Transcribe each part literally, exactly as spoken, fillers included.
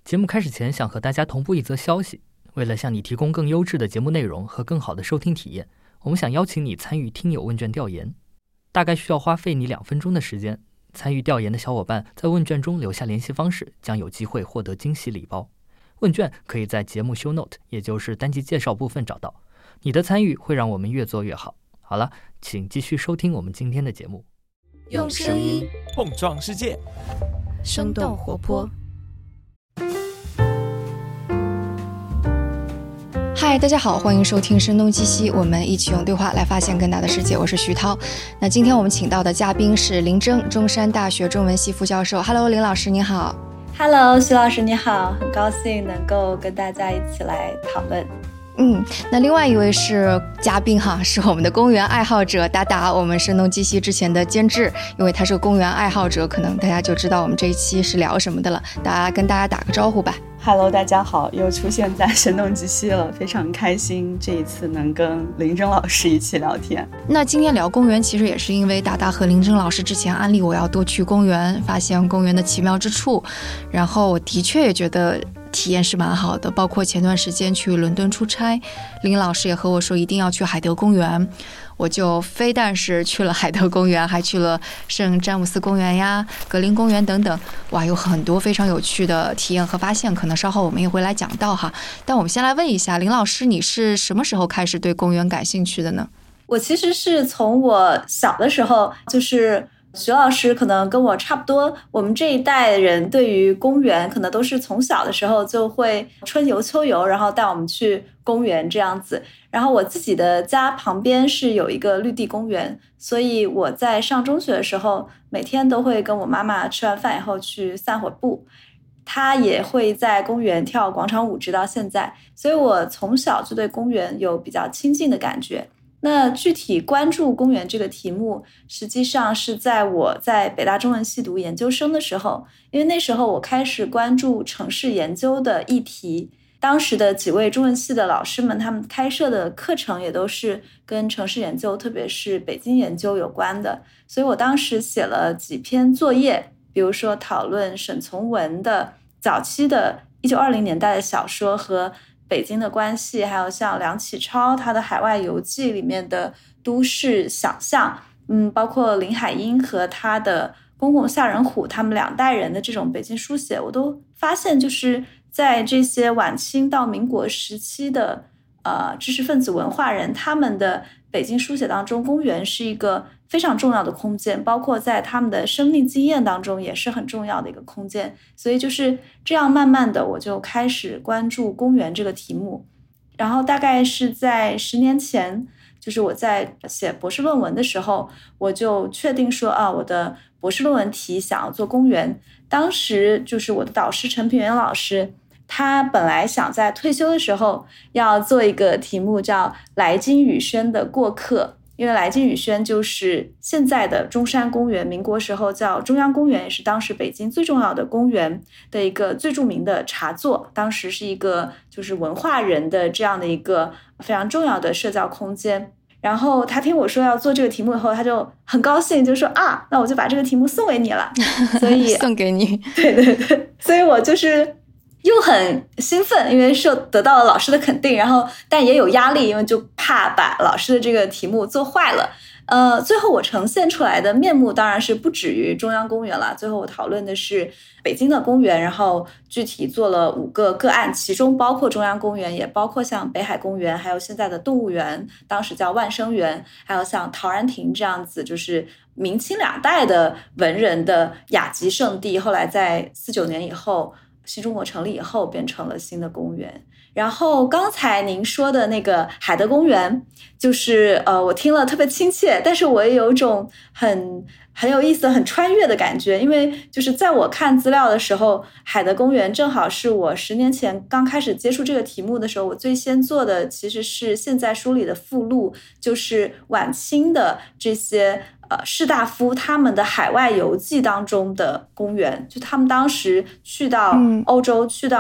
节目开始前，想和大家同步一则消息。为了向你提供更优质的节目内容和更好的收听体验，我们想邀请你参与听友问卷调研，大概需要花费你两分钟的时间。参与调研的小伙伴在问卷中留下联系方式，将有机会获得惊喜礼包。问卷可以在节目 show note， 也就是单集介绍部分找到。你的参与会让我们越做越好。好了，请继续收听我们今天的节目。 用声音碰撞世界， 生动活泼。 嗨，大家好，欢迎收听声东击西，我们一起用对话来发现更大的世界。我是徐涛。那今天我们请到的嘉宾是林峥，中山大学中文系副教授。Hello， 林老师你好。 Hello， 徐老师你好，很高兴能够跟大家一起来讨论。 嗯，那另外一位是嘉宾哈，是我们的公园爱好者达达，我们声东击西之前的监制，因为他是个公园爱好者，可能大家就知道我们这一期是聊什么的了。大家跟大家打个招呼吧。 Hello， 大家好，又出现在声东击西了，非常开心这一次能跟林峥老师一起聊天。 那今天聊公园，其实也是因为达达和林峥老师之前安利我要多去公园，发现公园的奇妙之处，然后我的确也觉得体验是蛮好的，包括前段时间去伦敦出差，林老师也和我说一定要去海德公园，我就非但是去了海德公园，还去了圣詹姆斯公园呀、格林公园等等，哇，有很多非常有趣的体验和发现，可能稍后我们也会来讲到哈。但我们先来问一下林老师，你是什么时候开始对公园感兴趣的呢？ 我其实是从我小的时候，就是徐老师可能跟我差不多，我们这一代人对于公园可能都是从小的时候就会春游秋游，然后带我们去公园这样子。然后我自己的家旁边是有一个绿地公园，所以我在上中学的时候每天都会跟我妈妈吃完饭以后去散会步，她也会在公园跳广场舞直到现在，所以我从小就对公园有比较亲近的感觉。那具体关注公园这个题目，实际上是在我在北大中文系读研究生的时候，因为那时候我开始关注城市研究的议题，当时的几位中文系的老师们，他们开设的课程也都是跟城市研究，特别是北京研究有关的，所以我当时写了几篇作业，比如说讨论沈从文的早期的一九二零年代的小说和北京的关系，还有像梁启超他的海外游记里面的都市想象，嗯，包括林海音和他的公公夏仁虎他们两代人的这种北京书写，我都发现就是在这些晚清到民国时期的呃知识分子文化人，他们的北京书写当中，公园是一个非常重要的空间，包括在他们的生命经验当中也是很重要的一个空间。所以就是这样慢慢的我就开始关注公园这个题目，然后大概是在十年前，就是我在写博士论文的时候，我就确定说啊，我的博士论文题想要做公园。当时就是我的导师陈平原老师，他本来想在退休的时候要做一个题目叫来金雨轩的过客，因为来金雨轩就是现在的中山公园，民国时候叫中央公园，也是当时北京最重要的公园的一个最著名的茶座，当时是一个就是文化人的这样的一个非常重要的社交空间。然后他听我说要做这个题目以后，他就很高兴，就说啊，那我就把这个题目送给你了。所以送给你， 对对对，所以我就是又很兴奋，因为受得到了老师的肯定，然后但也有压力，因为就怕把老师的这个题目做坏了。呃，最后我呈现出来的面目当然是不止于中央公园了，最后我讨论的是北京的公园，然后具体做了五个个案，其中包括中央公园，也包括像北海公园，还有现在的动物园，当时叫万生园，还有像陶然亭这样子，就是明清两代的文人的雅集圣地，后来在四九年以后新中国成立以后变成了新的公园。然后刚才您说的那个海德公园，就是呃，我听了特别亲切，但是我也有一种很很有意思、很穿越的感觉，因为就是在我看资料的时候，海德公园正好是我十年前刚开始接触这个题目的时候，我最先做的其实是现在书里的附录，就是晚清的这些呃士大夫他们的海外游记当中的公园，就他们当时去到欧洲、嗯、去到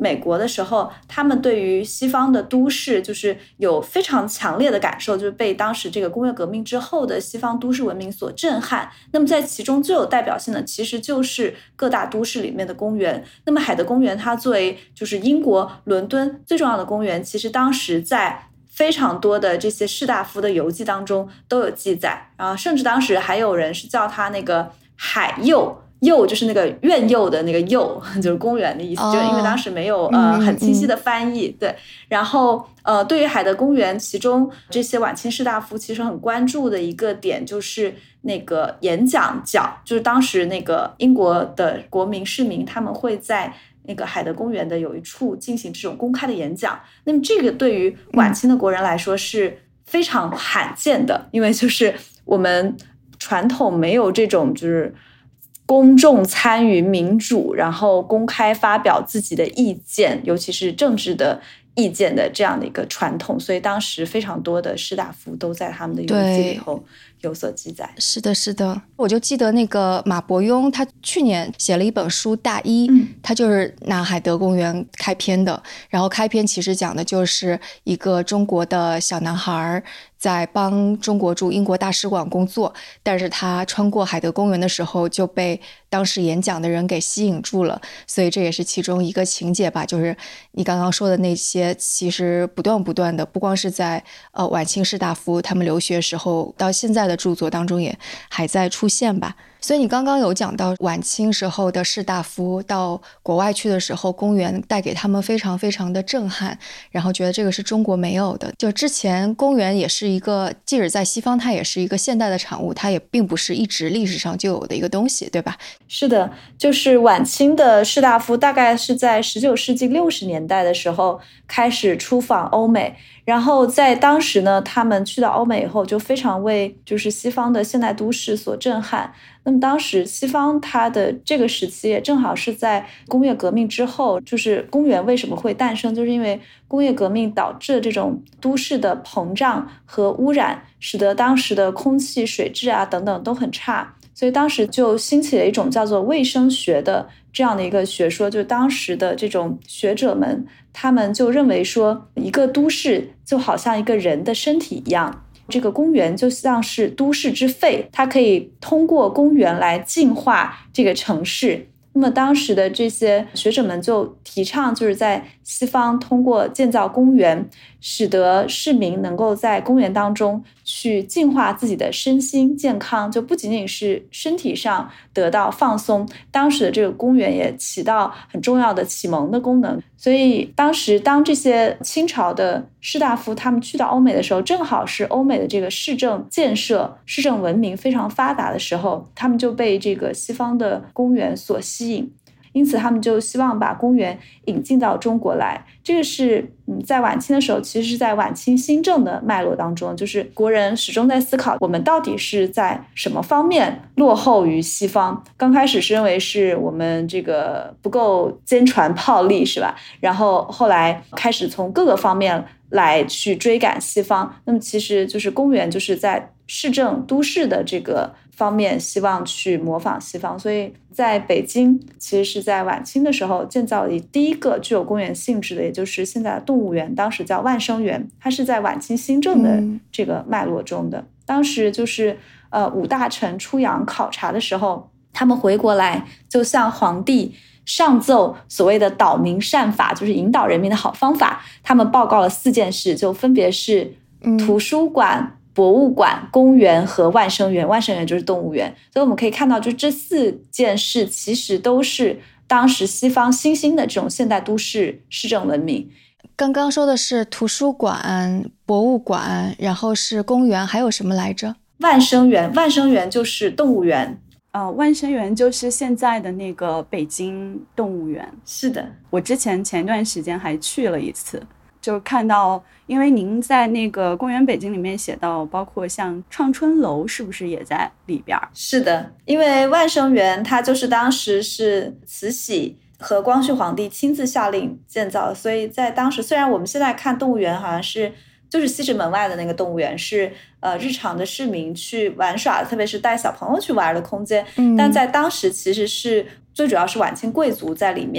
美国的时候，他们对于西方的都市就是有非常强烈的感受，就是被当时这个工业革命之后的西方都市文明所震撼。那么在其中最有代表性的其实就是各大都市里面的公园。那么海德公园它作为就是英国伦敦最重要的公园，其实当时在非常多的这些士大夫的游记当中都有记载，然后甚至当时还有人是叫它那个海右，右就是那个院右的那个右，就是公园的意思， oh, 就因为当时没有呃很清晰的翻译，嗯嗯对。然后呃，对于海德公园，其中这些晚清士大夫其实很关注的一个点就是那个演讲角，就是当时那个英国的国民市民他们会在那个海德公园的有一处进行这种公开的演讲。那么这个对于晚清的国人来说是非常罕见的，因为就是我们传统没有这种就是公众参与民主，然后公开发表自己的意见，尤其是政治的意见的这样的一个传统，所以当时非常多的士大夫都在他们的游记里头有所记载。 是的是的，我就记得那个马伯庸他去年写了一本书《大一》， 嗯， 他就是拿海德公园开篇的，然后开篇其实讲的就是一个中国的小男孩在帮中国驻英国大使馆工作，但是他穿过海德公园的时候就被当时演讲的人给吸引住了，所以这也是其中一个情节吧，就是你刚刚说的那些其实不断不断的，不光是在呃晚清士大夫他们留学时候，到现在的著作当中也还在出现吧。所以你刚刚有讲到晚清时候的士大夫到国外去的时候，公园带给他们非常非常的震撼，然后觉得这个是中国没有的。就之前公园也是一个，即使在西方它也是一个现代的产物，它也并不是一直历史上就有的一个东西，对吧？ 是的，就是晚清的士大夫大概是在十九世纪六十年代的时候开始出访欧美，然后在当时呢，他们去到欧美以后就非常为就是西方的现代都市所震撼。那么当时西方它的这个时期也正好是在工业革命之后，就是公园为什么会诞生，就是因为工业革命导致这种都市的膨胀和污染，使得当时的空气水质啊等等都很差，所以当时就兴起了一种叫做卫生学的这样的一个学说。就当时的这种学者们，他们就认为说一个都市就好像一个人的身体一样，这个公园就像是都市之肺，它可以通过公园来净化这个城市。那么当时的这些学者们就提倡，就是在西方通过建造公园，使得市民能够在公园当中去净化自己的身心健康，就不仅仅是身体上得到放松，当时的这个公园也起到很重要的启蒙的功能。所以当时当这些清朝的士大夫他们去到欧美的时候，正好是欧美的这个市政建设、市政文明非常发达的时候，他们就被这个西方的公园所吸引，因此他们就希望把公园引进到中国来。这个是嗯，在晚清的时候，其实是在晚清新政的脉络当中，就是国人始终在思考我们到底是在什么方面落后于西方。刚开始是认为是我们这个不够坚船炮利，是吧？然后后来开始从各个方面来去追赶西方。那么其实就是公园就是在市政都市的这个方面希望去模仿西方，所以在北京其实是在晚清的时候建造了第一个具有公园性质的，也就是现在的动物园，当时叫万生园，它是在晚清新政的这个脉络中的。当时就是呃五大臣出洋考察的时候，他们回国来就向皇帝上奏所谓的导民善法，就是引导人民的好方法。他们报告了四件事，就分别是图书馆、博物馆、公园和万生园。万生园就是动物园。所以我们可以看到，就这四件事其实都是当时西方新兴的这种现代都市市政文明。 刚刚说的是图书馆、博物馆，然后是公园，还有什么来着？ 万生园。万生园就是动物园。 呃，万生园就是现在的那个北京动物园。 是的， 我之前前段时间还去了一次，就看到，因为您在那个公园北京里面写到，包括像畅春楼是不是也在里边？ 是的，因为万生园它就是当时是慈禧和光绪皇帝亲自下令建造的，所以在当时虽然我们现在看动物园好像是就是西直门外的那个动物园是呃日常的市民去玩耍，特别是带小朋友去玩的空间，嗯、但在当时其实是最主要是晚清贵族在里面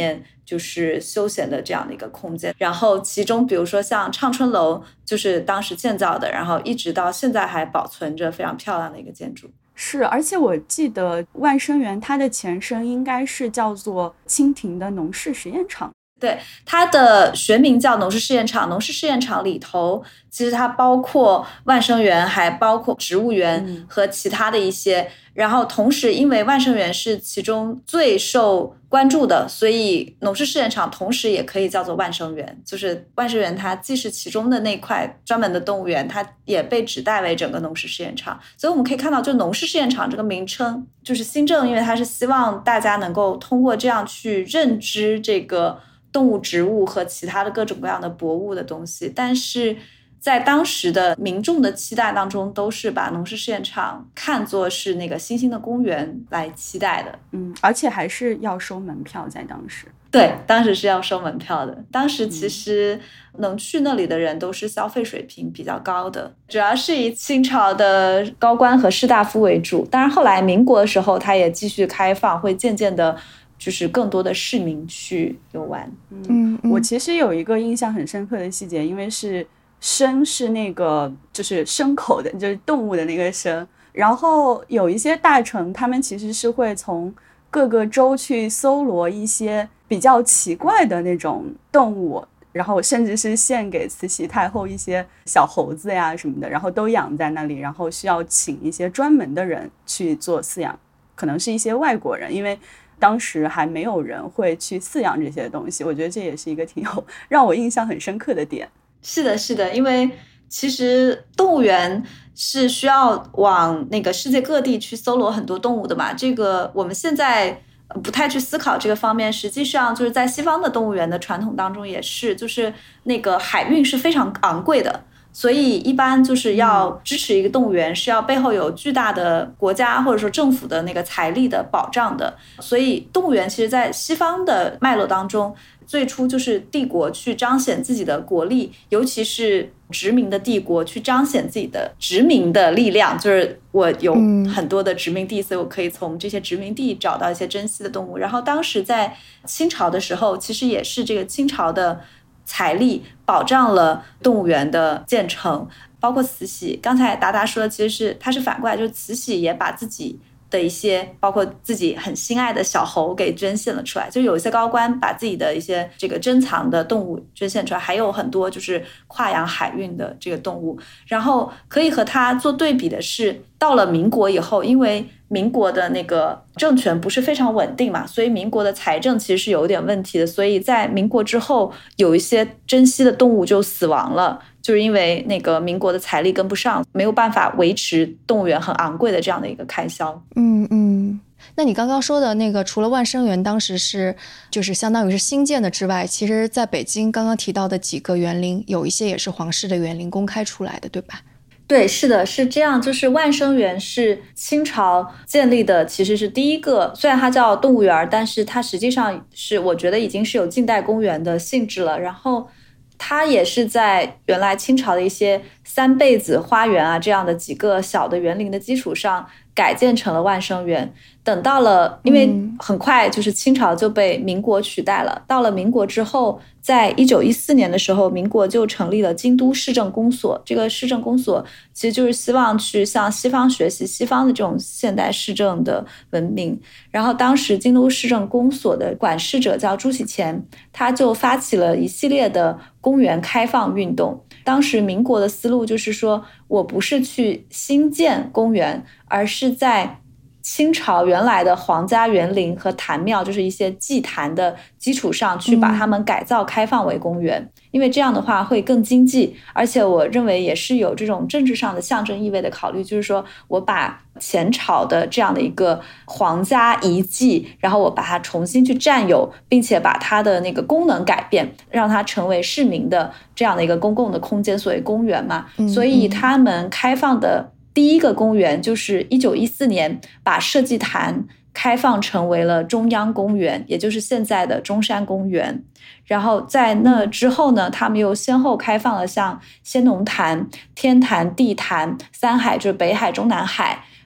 就是休闲的这样的一个空间。然后其中比如说像畅春楼就是当时建造的，然后一直到现在还保存着非常漂亮的一个建筑。 是，而且我记得万生园它的前身应该是叫做蜻蜓的农事实验场。 对，它的学名叫农事试验场。农事试验场里头其实它包括万生园，还包括植物园和其他的一些、嗯、然后同时因为万生园是其中最受关注的，所以农事试验场同时也可以叫做万生园。就是万生园它既是其中的那块专门的动物园，它也被指代为整个农事试验场。所以我们可以看到，就农事试验场这个名称，就是新政因为它是希望大家能够通过这样去认知这个动物、植物和其他的各种各样的博物的东西，但是在当时的民众的期待当中，都是把农事试验场看作是那个新兴的公园来期待的。 嗯，而且还是要收门票，在当时。 对，当时是要收门票的。当时其实能去那里的人都是消费水平比较高的，主要是以清朝的高官和士大夫为主。当然后来民国的时候，它也继续开放，会渐渐的就是更多的市民去游玩。 嗯，我其实有一个印象很深刻的细节，因为是牲是那个就是牲口的，就是动物的那个牲，然后有一些大臣他们其实是会从各个州去搜罗一些比较奇怪的那种动物，然后甚至是献给慈禧太后一些小猴子呀什么的，然后都养在那里，然后需要请一些专门的人去做饲养，可能是一些外国人，因为当时还没有人会去饲养这些东西。我觉得这也是一个挺有让我印象很深刻的点。 是的是的，因为其实动物园是需要往那个世界各地去搜罗很多动物的嘛，这个我们现在不太去思考这个方面，实际上就是在西方的动物园的传统当中也是，就是那个海运是非常昂贵的，所以一般就是要支持一个动物园是要背后有巨大的国家或者说政府的那个财力的保障的。所以动物园其实在西方的脉络当中，最初就是帝国去彰显自己的国力，尤其是殖民的帝国去彰显自己的殖民的力量，就是我有很多的殖民地、嗯、所以我可以从这些殖民地找到一些珍稀的动物。然后当时在清朝的时候，其实也是这个清朝的财力保障了动物园的建成，包括慈禧。刚才达达说的其实是他是反过来，就是慈禧也把自己的一些包括自己很心爱的小猴给捐献了出来，就有一些高官把自己的一些这个珍藏的动物捐献出来，还有很多就是跨洋海运的这个动物。然后可以和它做对比的是，到了民国以后，因为民国的那个政权不是非常稳定嘛，所以民国的财政其实是有点问题的，所以在民国之后有一些珍稀的动物就死亡了，就是因为那个民国的财力跟不上，没有办法维持动物园很昂贵的这样的一个开销。 嗯嗯，那你刚刚说的那个除了万生园当时是就是相当于是新建的之外，其实在北京刚刚提到的几个园林有一些也是皇室的园林公开出来的，对吧？ 对，是的，是这样。就是万生园是清朝建立的，其实是第一个，虽然它叫动物园，但是它实际上是我觉得已经是有近代公园的性质了。然后它也是在原来清朝的一些三贝子花园啊这样的几个小的园林的基础上改建成了万生园。等到了，因为很快就是清朝就被民国取代了，到了民国之后，在一九一四年的时候，民国就成立了京都市政公所。这个市政公所其实就是希望去向西方学习西方的这种现代市政的文明。然后当时京都市政公所的管事者叫朱喜乾，他就发起了一系列的公园开放运动。当时民国的思路就是说，我不是去新建公园，而是在清朝原来的皇家园林和坛庙，就是一些祭坛的基础上去把它们改造开放为公园、嗯、因为这样的话会更经济，而且我认为也是有这种政治上的象征意味的考虑，就是说我把前朝的这样的一个皇家遗迹，然后我把它重新去占有，并且把它的那个功能改变，让它成为市民的这样的一个公共的空间，所谓公园嘛、嗯、所以他们开放的第一个公园就是一九一四年把社稷坛开放成为了中央公园，也就是现在的中山公园。然后在那之后呢，他们又先后开放了像仙农坛、天坛、地坛、三海，就是北海、中南海，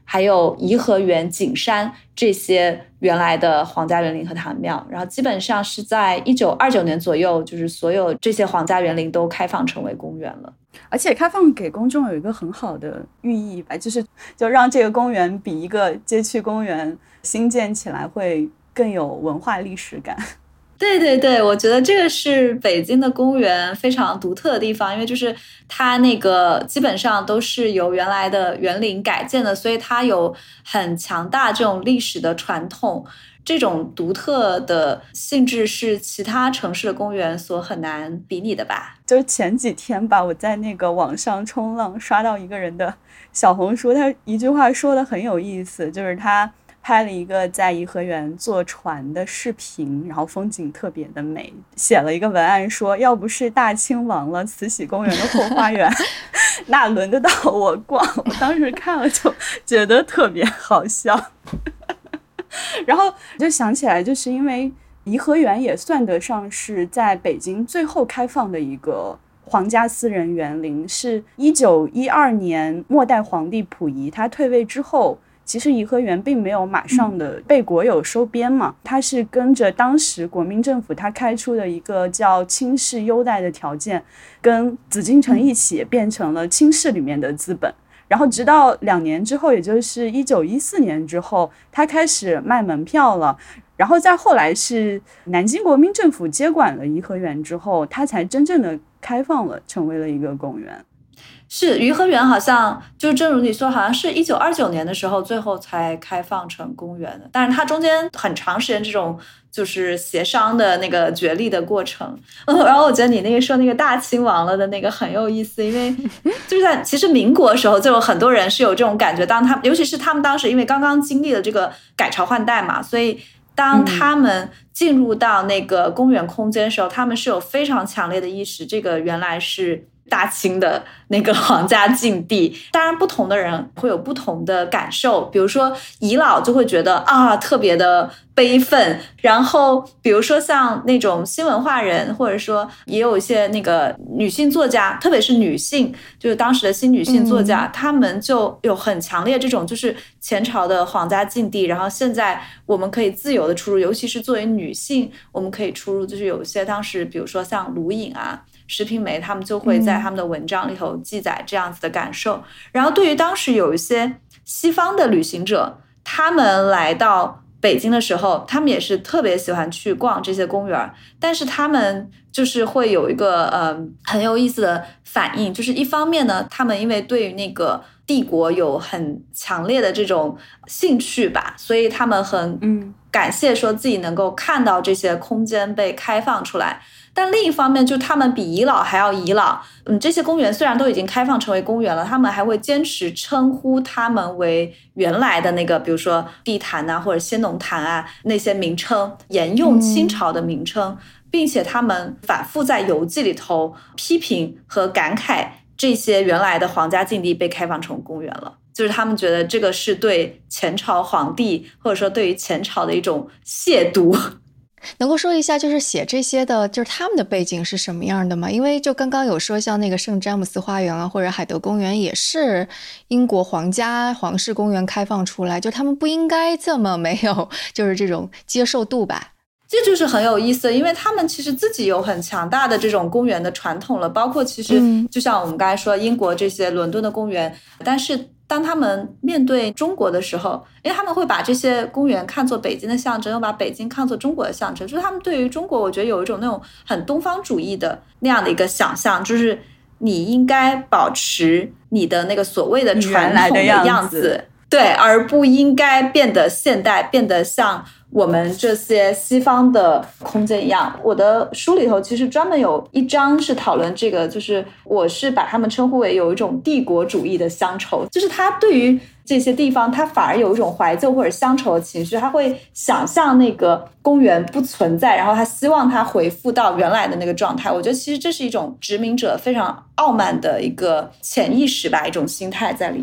还有颐和园、景山这些原来的皇家园林和坛庙，然后基本上是在一九二九年左右，就是所有这些皇家园林都开放成为公园了。 而且开放给公众有一个很好的寓意吧，就是就让这个公园比一个街区公园新建起来会更有文化历史感。 对对对，我觉得这个是北京的公园非常独特的地方，因为就是它那个基本上都是由原来的园林改建的，所以它有很强大这种历史的传统，这种独特的性质是其他城市的公园所很难比拟的吧。 就前几天吧，我在那个网上冲浪刷到一个人的小红书，他一句话说的很有意思，就是他拍了一个在颐和园坐船的视频，然后风景特别的美，写了一个文案说，要不是大清亡了慈禧公园的后花园那轮得到我逛。我当时看了就觉得特别好笑然后就想起来，就是因为颐和园也算得上是在北京最后开放的一个皇家私人园林，是一九一二年末代皇帝溥仪他退位之后，其实颐和园并没有马上的被国有收编嘛，它是跟着当时国民政府它开出的一个叫清市优待的条件，跟紫禁城一起变成了清市里面的资本。然后直到两年之后，也就是一九一四年之后，它开始卖门票了。然后再后来是南京国民政府接管了颐和园之后，它才真正的开放了，成为了一个公园。 是颐和园好像就正如你说，好像是一九二九年的时候最后才开放成公园的，但是它中间很长时间这种就是协商的那个角力的过程、嗯、然后我觉得你那个说那个大清亡了的那个很有意思，因为就是在其实民国的时候就有很多人是有这种感觉，当他尤其是他们当时因为刚刚经历了这个改朝换代嘛，所以当他们进入到那个公园空间的时候、嗯、他们是有非常强烈的意识，这个原来是大清的那个皇家禁地。当然不同的人会有不同的感受，比如说遗老就会觉得啊特别的悲愤，然后比如说像那种新文化人，或者说也有一些那个女性作家，特别是女性，就是当时的新女性作家、嗯、她们就有很强烈这种就是前朝的皇家禁地，然后现在我们可以自由的出入，尤其是作为女性我们可以出入，就是有一些当时比如说像卢隐啊石平梅他们就会在他们的文章里头记载这样子的感受、嗯、然后对于当时有一些西方的旅行者，他们来到北京的时候，他们也是特别喜欢去逛这些公园，但是他们就是会有一个呃很有意思的反应，就是一方面呢，他们因为对于那个帝国有很强烈的这种兴趣吧，所以他们很感谢说自己能够看到这些空间被开放出来。但另一方面，就他们比遗老还要遗老，嗯，这些公园虽然都已经开放成为公园了，他们还会坚持称呼他们为原来的那个，比如说地坛啊或者先农坛啊那些名称，沿用清朝的名称、嗯、并且他们反复在游记里头批评和感慨这些原来的皇家禁地被开放成公园了，就是他们觉得这个是对前朝皇帝或者说对于前朝的一种亵渎。 能够说一下就是写这些的就是他们的背景是什么样的吗？因为就刚刚有说像那个圣詹姆斯花园啊或者海德公园也是英国皇家皇室公园开放出来，就他们不应该这么没有就是这种接受度吧。 这就是很有意思，因为他们其实自己有很强大的这种公园的传统了，包括其实就像我们刚才说英国这些伦敦的公园、嗯、但是当他们面对中国的时候，因为他们会把这些公园看作北京的象征，又把北京看作中国的象征，就是他们对于中国我觉得有一种那种很东方主义的那样的一个想象，就是你应该保持你的那个所谓的传统的样子，对，而不应该变得现代，变得像我们这些西方的空间一样。我的书里头其实专门有一章是讨论这个，就是我是把他们称呼为有一种帝国主义的乡愁，就是他对于这些地方他反而有一种怀旧或者乡愁的情绪，他会想象那个公园不存在，然后他希望它回复到原来的那个状态。我觉得其实这是一种殖民者非常傲慢的一个潜意识吧，一种心态在里面。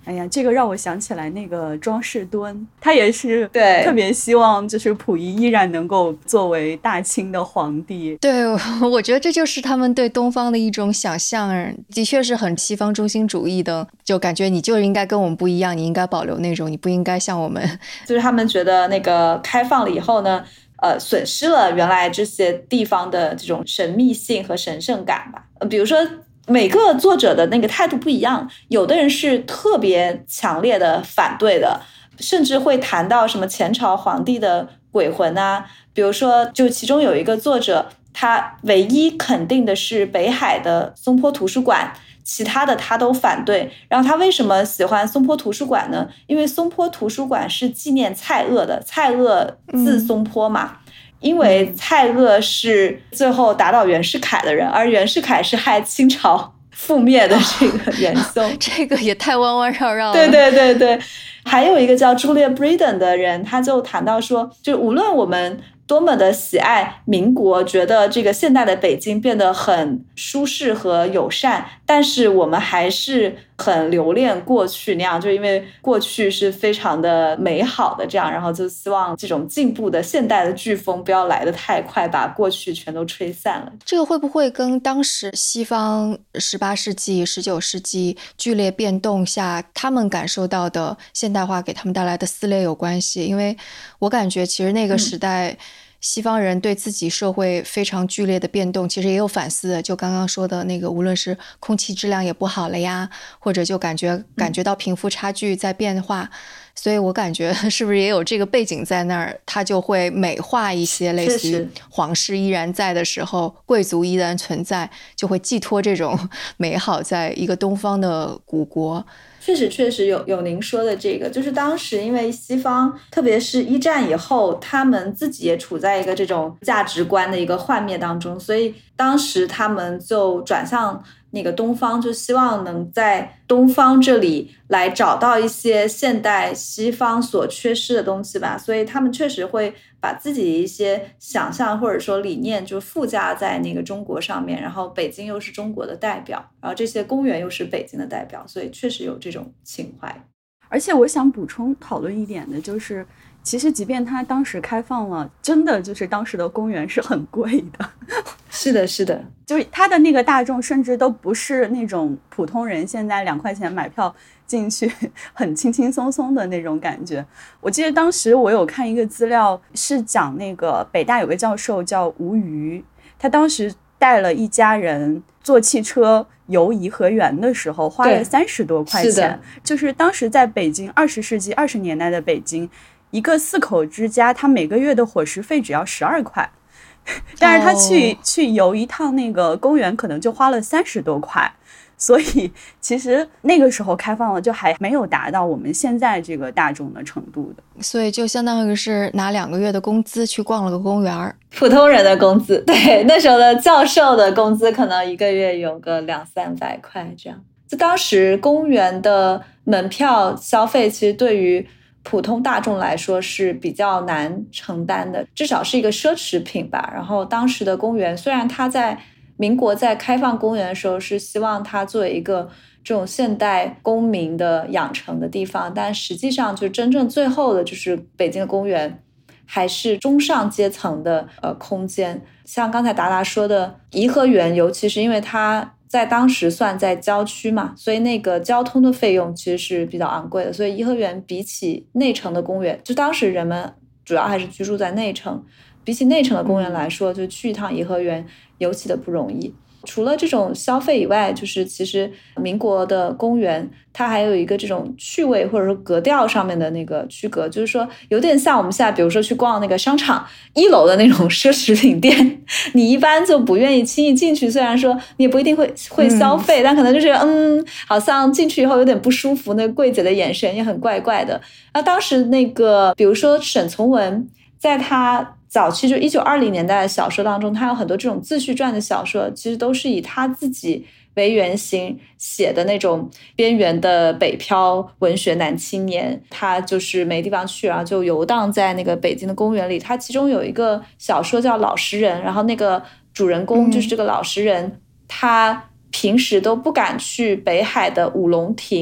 哎呀，这个让我想起来那个庄士敦，他也是对特别希望就是溥仪依然能够作为大清的皇帝。 对，我觉得这就是他们对东方的一种想象，的确是很西方中心主义的，就感觉你就应该跟我们不一样，你应该保留那种，你不应该像我们。 就是他们觉得那个开放了以后呢，呃，损失了原来这些地方的这种神秘性和神圣感吧。呃，比如说每个作者的那个态度不一样，有的人是特别强烈的反对的，甚至会谈到什么前朝皇帝的鬼魂啊。比如说，就其中有一个作者，他唯一肯定的是北海的松坡图书馆，其他的他都反对。然后他为什么喜欢松坡图书馆呢？因为松坡图书馆是纪念蔡锷的，蔡锷字松坡嘛。嗯，因为蔡锷是最后打倒袁世凯的人，而袁世凯是害清朝覆灭的这个元凶。 哦，这个也太弯弯绕绕了。 对对对对，还有一个叫 Julia Breden 的人，他就谈到说，就无论我们多么的喜爱民国，觉得这个现代的北京变得很舒适和友善，但是我们还是很留恋过去那样，就因为过去是非常的美好的这样，然后就希望这种进步的现代的飓风不要来得太快，把过去全都吹散了。 这个会不会跟当时西方十八世纪十九世纪剧烈变动下他们感受到的现代化给他们带来的撕裂有关系？因为我感觉其实那个时代、嗯西方人对自己社会非常剧烈的变动其实也有反思的，就刚刚说的那个无论是空气质量也不好了呀，或者就感觉感觉到贫富差距在变化、嗯、所以我感觉是不是也有这个背景在那儿，他就会美化一些类似于皇室依然在的时候，贵族依然存在，就会寄托这种美好在一个东方的古国。 确实确实有有您说的这个，就是当时因为西方特别是一战以后，他们自己也处在一个这种价值观的一个幻灭当中，所以当时他们就转向那个东方，就希望能在东方这里来找到一些现代西方所缺失的东西吧，所以他们确实会把自己的一些想象或者说理念就附加在那个中国上面，然后北京又是中国的代表，然后这些公园又是北京的代表，所以确实有这种情怀。 而且我想补充讨论一点的就是其实即便它当时开放了，真的就是当时的公园是很贵的。 是的是的， 就是它的那个大众甚至都不是那种普通人现在两块钱买票进去很轻轻松松的那种感觉。我记得当时我有看一个资料是讲那个北大有个教授叫吴瑜，他当时带了一家人坐汽车游颐和园的时候花了三十多块钱，就是当时在北京二十世纪二十年代的北京，一个四口之家他每个月的伙食费只要十二块，但是他去、oh. 去游一趟那个公园可能就花了三十多块，所以其实那个时候开放了就还没有达到我们现在这个大众的程度的， 所以就相当于是拿两个月的工资去逛了个公园， 普通人的工资，对，那时候的教授的工资可能一个月有个两三百块这样。就当时公园的门票消费其实对于普通大众来说是比较难承担的，至少是一个奢侈品吧。然后当时的公园虽然它在民国在开放公园的时候是希望它作为一个这种现代公民的养成的地方，但实际上就真正最后的就是北京的公园还是中上阶层的呃空间。像刚才达达说的颐和园，尤其是因为它在当时算在郊区嘛，所以那个交通的费用其实是比较昂贵的，所以颐和园比起内城的公园，就当时人们主要还是居住在内城，比起内城的公园来说，就去一趟颐和园尤其的不容易。除了这种消费以外，就是其实民国的公园它还有一个这种趣味或者说格调上面的那个区隔，就是说有点像我们现在比如说去逛那个商场一楼的那种奢侈品店，你一般就不愿意轻易进去，虽然说你也不一定会会消费、嗯、但可能就是嗯，好像进去以后有点不舒服，那个柜姐的眼神也很怪怪的。那当时那个比如说沈从文在他早期就一九二零年代的小说当中，他有很多这种自序传的小说，其实都是以他自己为原型写的那种边缘的北漂文学男青年，他就是没地方去，然后就游荡在那个北京的公园里。他其中有一个小说叫《老实人》，然后那个主人公就是这个老实人、嗯、他平时都不敢去北海的五龙亭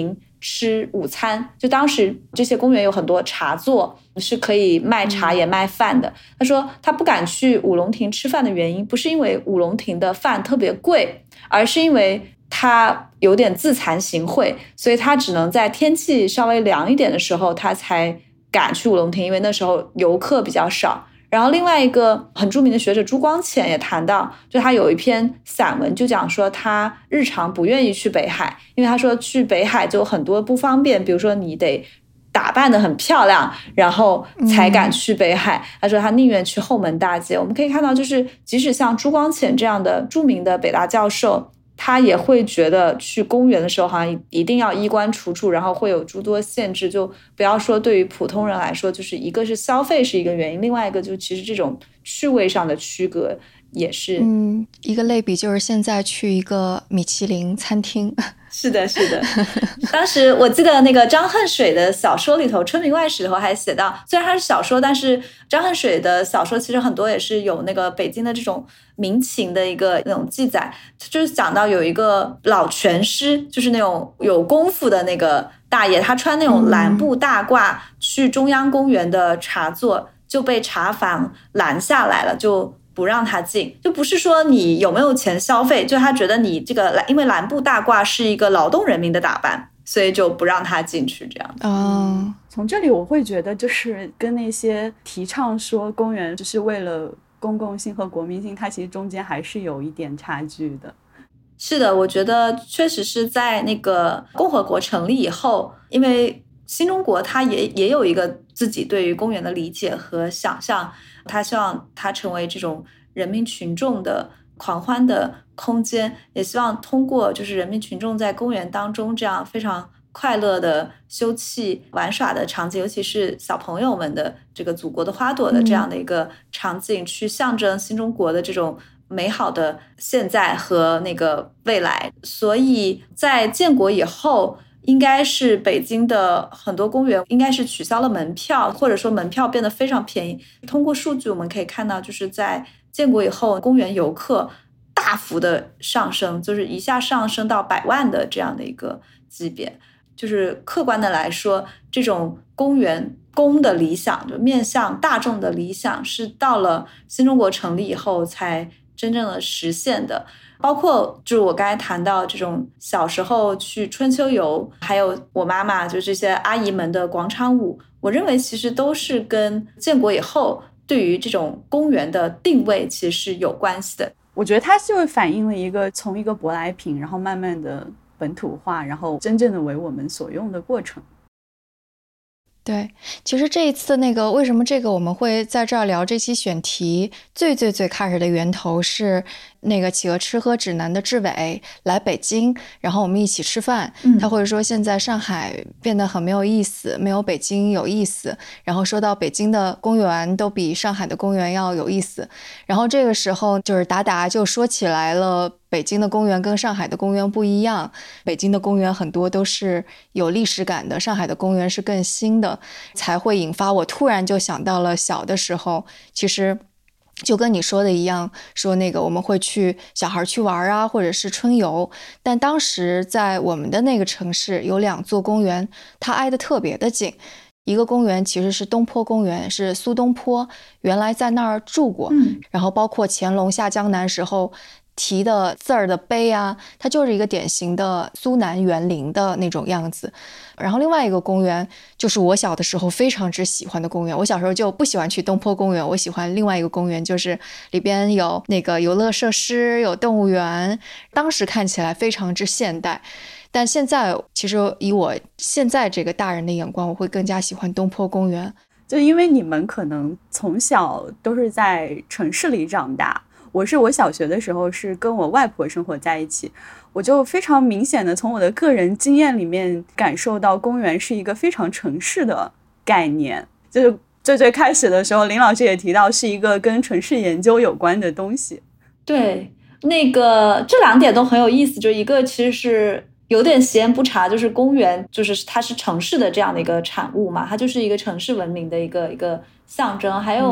吃午餐。就当时这些公园有很多茶座，是可以卖茶也卖饭的。他说他不敢去五龙亭吃饭的原因，不是因为五龙亭的饭特别贵，而是因为他有点自惭形秽，所以他只能在天气稍微凉一点的时候他才敢去五龙亭，因为那时候游客比较少。然后另外一个很著名的学者朱光潜也谈到，就他有一篇散文就讲说他日常不愿意去北海，因为他说去北海就有很多不方便，比如说你得打扮得很漂亮然后才敢去北海、嗯、他说他宁愿去后门大街。我们可以看到就是即使像朱光潜这样的著名的北大教授，他也会觉得去公园的时候好像一定要衣冠楚楚，然后会有诸多限制。就不要说对于普通人来说，就是一个是消费是一个原因，另外一个就其实这种趣味上的区隔也是。 嗯，一个类比就是现在去一个米其林餐厅。 是的是的当时我记得那个张恨水的小说里头《春明外史》里头还写到，虽然它是小说，但是张恨水的小说其实很多也是有那个北京的这种民情的一个那种记载，就是讲到有一个老拳师，就是那种有功夫的那个大爷，他穿那种蓝布大褂、嗯、去中央公园的茶座，就被茶房拦下来了，就不让他进。就不是说你有没有钱消费，就他觉得你这个因为蓝布大褂是一个劳动人民的打扮，所以就不让他进去这样。 哦， 从这里我会觉得就是跟那些提倡说公园只是为了公共性和国民性，它其实中间还是有一点差距的。 是的，我觉得确实是在那个共和国成立以后，因为新中国它也也有一个自己对于公园的理解和想象，他希望它成为这种人民群众的狂欢的空间，也希望通过就是人民群众在公园当中这样非常快乐的休憩玩耍的场景，尤其是小朋友们的这个祖国的花朵的这样的一个场景、嗯、去象征新中国的这种美好的现在和那个未来。所以在建国以后，应该是北京的很多公园应该是取消了门票，或者说门票变得非常便宜。通过数据我们可以看到，就是在建国以后，公园游客大幅的上升，就是一下上升到百万的这样的一个级别。就是客观的来说，这种公园公的理想，就面向大众的理想，是到了新中国成立以后才真正的实现的。包括就是我刚才谈到这种小时候去春秋游，还有我妈妈就这些阿姨们的广场舞，我认为其实都是跟建国以后对于这种公园的定位其实是有关系的。 我觉得它就反映了一个从一个舶来品，然后慢慢的本土化，然后真正的为我们所用的过程。 对，其实这一次那个为什么这个我们会在这儿聊这期选题，最最最开始的源头是那个企鹅吃喝指南的志伟来北京，然后我们一起吃饭、嗯、他会说现在上海变得很没有意思，没有北京有意思，然后说到北京的公园都比上海的公园要有意思，然后这个时候就是达达就说起来了北京的公园跟上海的公园不一样，北京的公园很多都是有历史感的，上海的公园是更新的，才会引发我突然就想到了小的时候，其实就跟你说的一样，说那个我们会去小孩去玩啊，或者是春游，但当时在我们的那个城市有两座公园，它挨得特别的近。一个公园其实是东坡公园，是苏东坡原来在那儿住过、嗯、然后包括乾隆下江南时候题的字儿的碑啊，它就是一个典型的苏南园林的那种样子。然后另外一个公园就是我小的时候非常之喜欢的公园，我小时候就不喜欢去东坡公园，我喜欢另外一个公园，就是里边有那个游乐设施，有动物园，当时看起来非常之现代。但现在其实以我现在这个大人的眼光，我会更加喜欢东坡公园， 就因为你们可能从小都是在城市里长大，我是我小学的时候是跟我外婆生活在一起，我就非常明显的从我的个人经验里面感受到公园是一个非常城市的概念，就是最最开始的时候林老师也提到是一个跟城市研究有关的东西。 对，那个这两点都很有意思，就一个其实是有点实验不查，就是公园就是它是城市的这样的一个产物嘛，它就是一个城市文明的一个一个象征。还有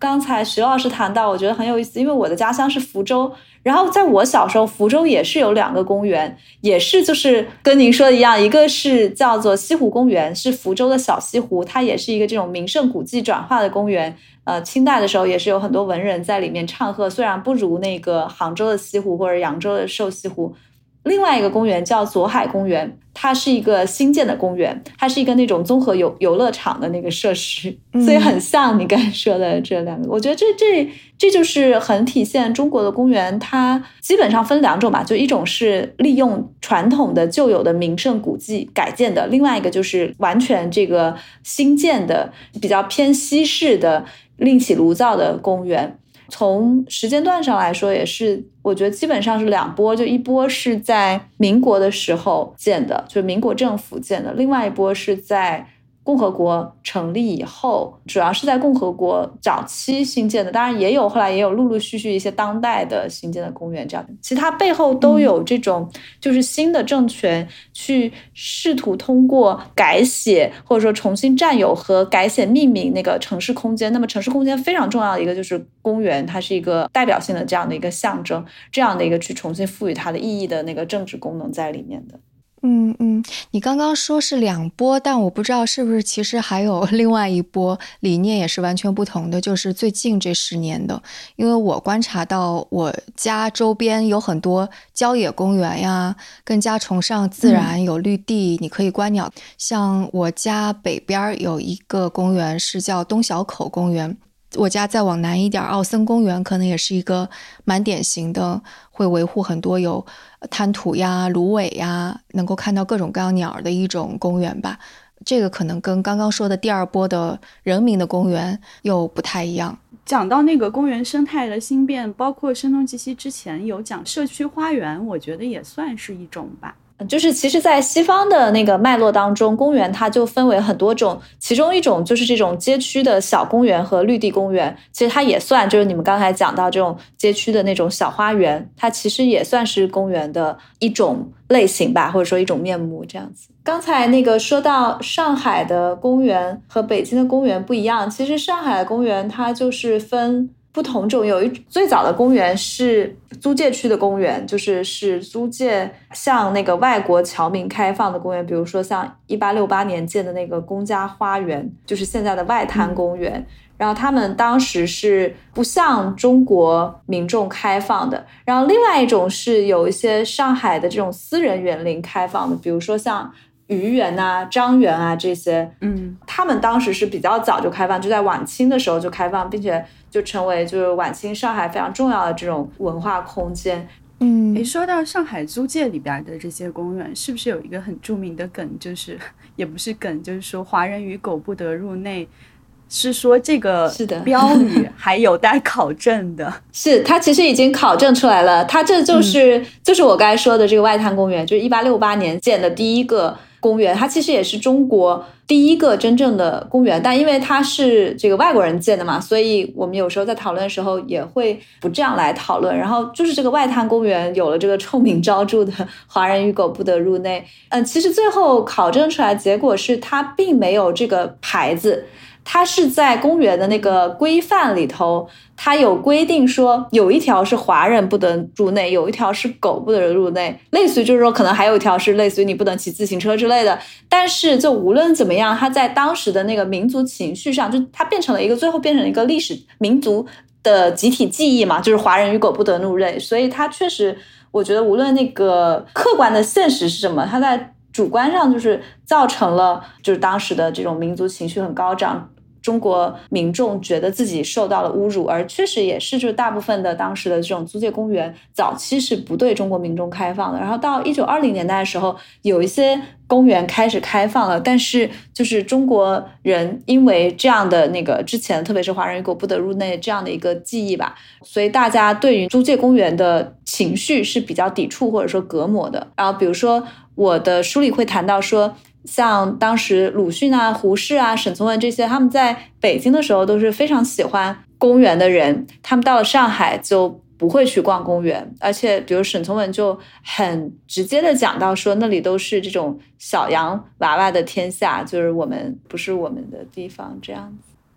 刚才徐老师谈到，我觉得很有意思，因为我的家乡是福州，然后在我小时候，福州也是有两个公园，也是就是跟您说的一样，一个是叫做西湖公园，是福州的小西湖，它也是一个这种名胜古迹转化的公园。呃，清代的时候也是有很多文人在里面唱和，虽然不如那个杭州的西湖或者扬州的瘦西湖。另外一个公园叫左海公园，它是一个新建的公园，它是一个那种综合游游乐场的那个设施，所以很像你刚才说的这两个。嗯、我觉得这这这就是很体现中国的公园，它基本上分两种吧，就一种是利用传统的旧有的名胜古迹改建的，另外一个就是完全这个新建的比较偏西式的另起炉灶的公园。从时间段上来说也是，我觉得基本上是两波，就一波是在民国的时候建的，就是民国政府建的，另外一波是在共和国成立以后，主要是在共和国早期新建的，当然也有后来也有陆陆续续一些当代的新建的公园这样的，其实它背后都有这种就是新的政权去试图通过改写或者说重新占有和改写命名那个城市空间。那么城市空间非常重要的一个就是公园，它是一个代表性的这样的一个象征，这样的一个去重新赋予它的意义的那个政治功能在里面的。 嗯嗯，你刚刚说是两波，但我不知道是不是其实还有另外一波理念也是完全不同的，就是最近这十年的。因为我观察到我家周边有很多郊野公园呀，更加崇尚自然，有绿地，你可以观鸟。像我家北边有一个公园是叫东小口公园，我家再往南一点，奥森公园可能也是一个蛮典型的，会维护很多有滩涂呀、芦苇呀，能够看到各种各样鸟的一种公园吧。这个可能跟刚刚说的第二波的人民的公园又不太一样。 讲到那个公园生态的兴变，包括声东击西之前有讲社区花园，我觉得也算是一种吧。 就是其实在西方的那个脉络当中，公园它就分为很多种，其中一种就是这种街区的小公园和绿地公园，其实它也算，就是你们刚才讲到这种街区的那种小花园，它其实也算是公园的一种类型吧，或者说一种面目这样子。刚才那个说到上海的公园和北京的公园不一样，其实上海的公园它就是分不同种，有一最早的公园是租界区的公园，就是是租界向那个外国侨民开放的公园，比如说像一八六八年建的那个公家花园，就是现在的外滩公园、嗯、然后他们当时是不向中国民众开放的。然后另外一种是有一些上海的这种私人园林开放的，比如说像愚园啊、张园啊这些，嗯，他们当时是比较早就开放，就在晚清的时候就开放，并且就成为就是晚清上海非常重要的这种文化空间。 嗯，说到上海租界里边的这些公园，是不是有一个很著名的梗，就是也不是梗，就是说华人与狗不得入内，是说这个标语还有待考证的。 是，它其实已经考证出来了，它这就是、嗯、就是我刚才说的这个外滩公园，就是一八六八年建的第一个公园，它其实也是中国第一个真正的公园，但因为它是这个外国人建的嘛，所以我们有时候在讨论的时候也会不这样来讨论。然后就是这个外滩公园有了这个臭名昭著的华人与狗不得入内，嗯，其实最后考证出来结果是它并没有这个牌子，它是在公园的那个规范里头，它有规定说有一条是华人不得入内，有一条是狗不得入内，类似于就是说可能还有一条是类似于你不能骑自行车之类的。但是就无论怎么样，它在当时的那个民族情绪上，就它变成了一个最后变成了一个历史民族的集体记忆嘛，就是华人与狗不得入内。所以它确实我觉得无论那个客观的现实是什么，它在主观上就是造成了就是当时的这种民族情绪很高涨，中国民众觉得自己受到了侮辱，而确实也是就是大部分的当时的这种租界公园早期是不对中国民众开放的。然后到一九二零年代的时候，有一些公园开始开放了，但是就是中国人因为这样的那个之前特别是华人与狗不得入内这样的一个记忆吧，所以大家对于租界公园的情绪是比较抵触或者说隔膜的。然后比如说我的书里会谈到说，像当时鲁迅啊、胡适啊、沈从文这些，他们在北京的时候都是非常喜欢公园的人，他们到了上海就不会去逛公园。而且比如沈从文就很直接的讲到说，那里都是这种小洋娃娃的天下，就是我们不是我们的地方这样子。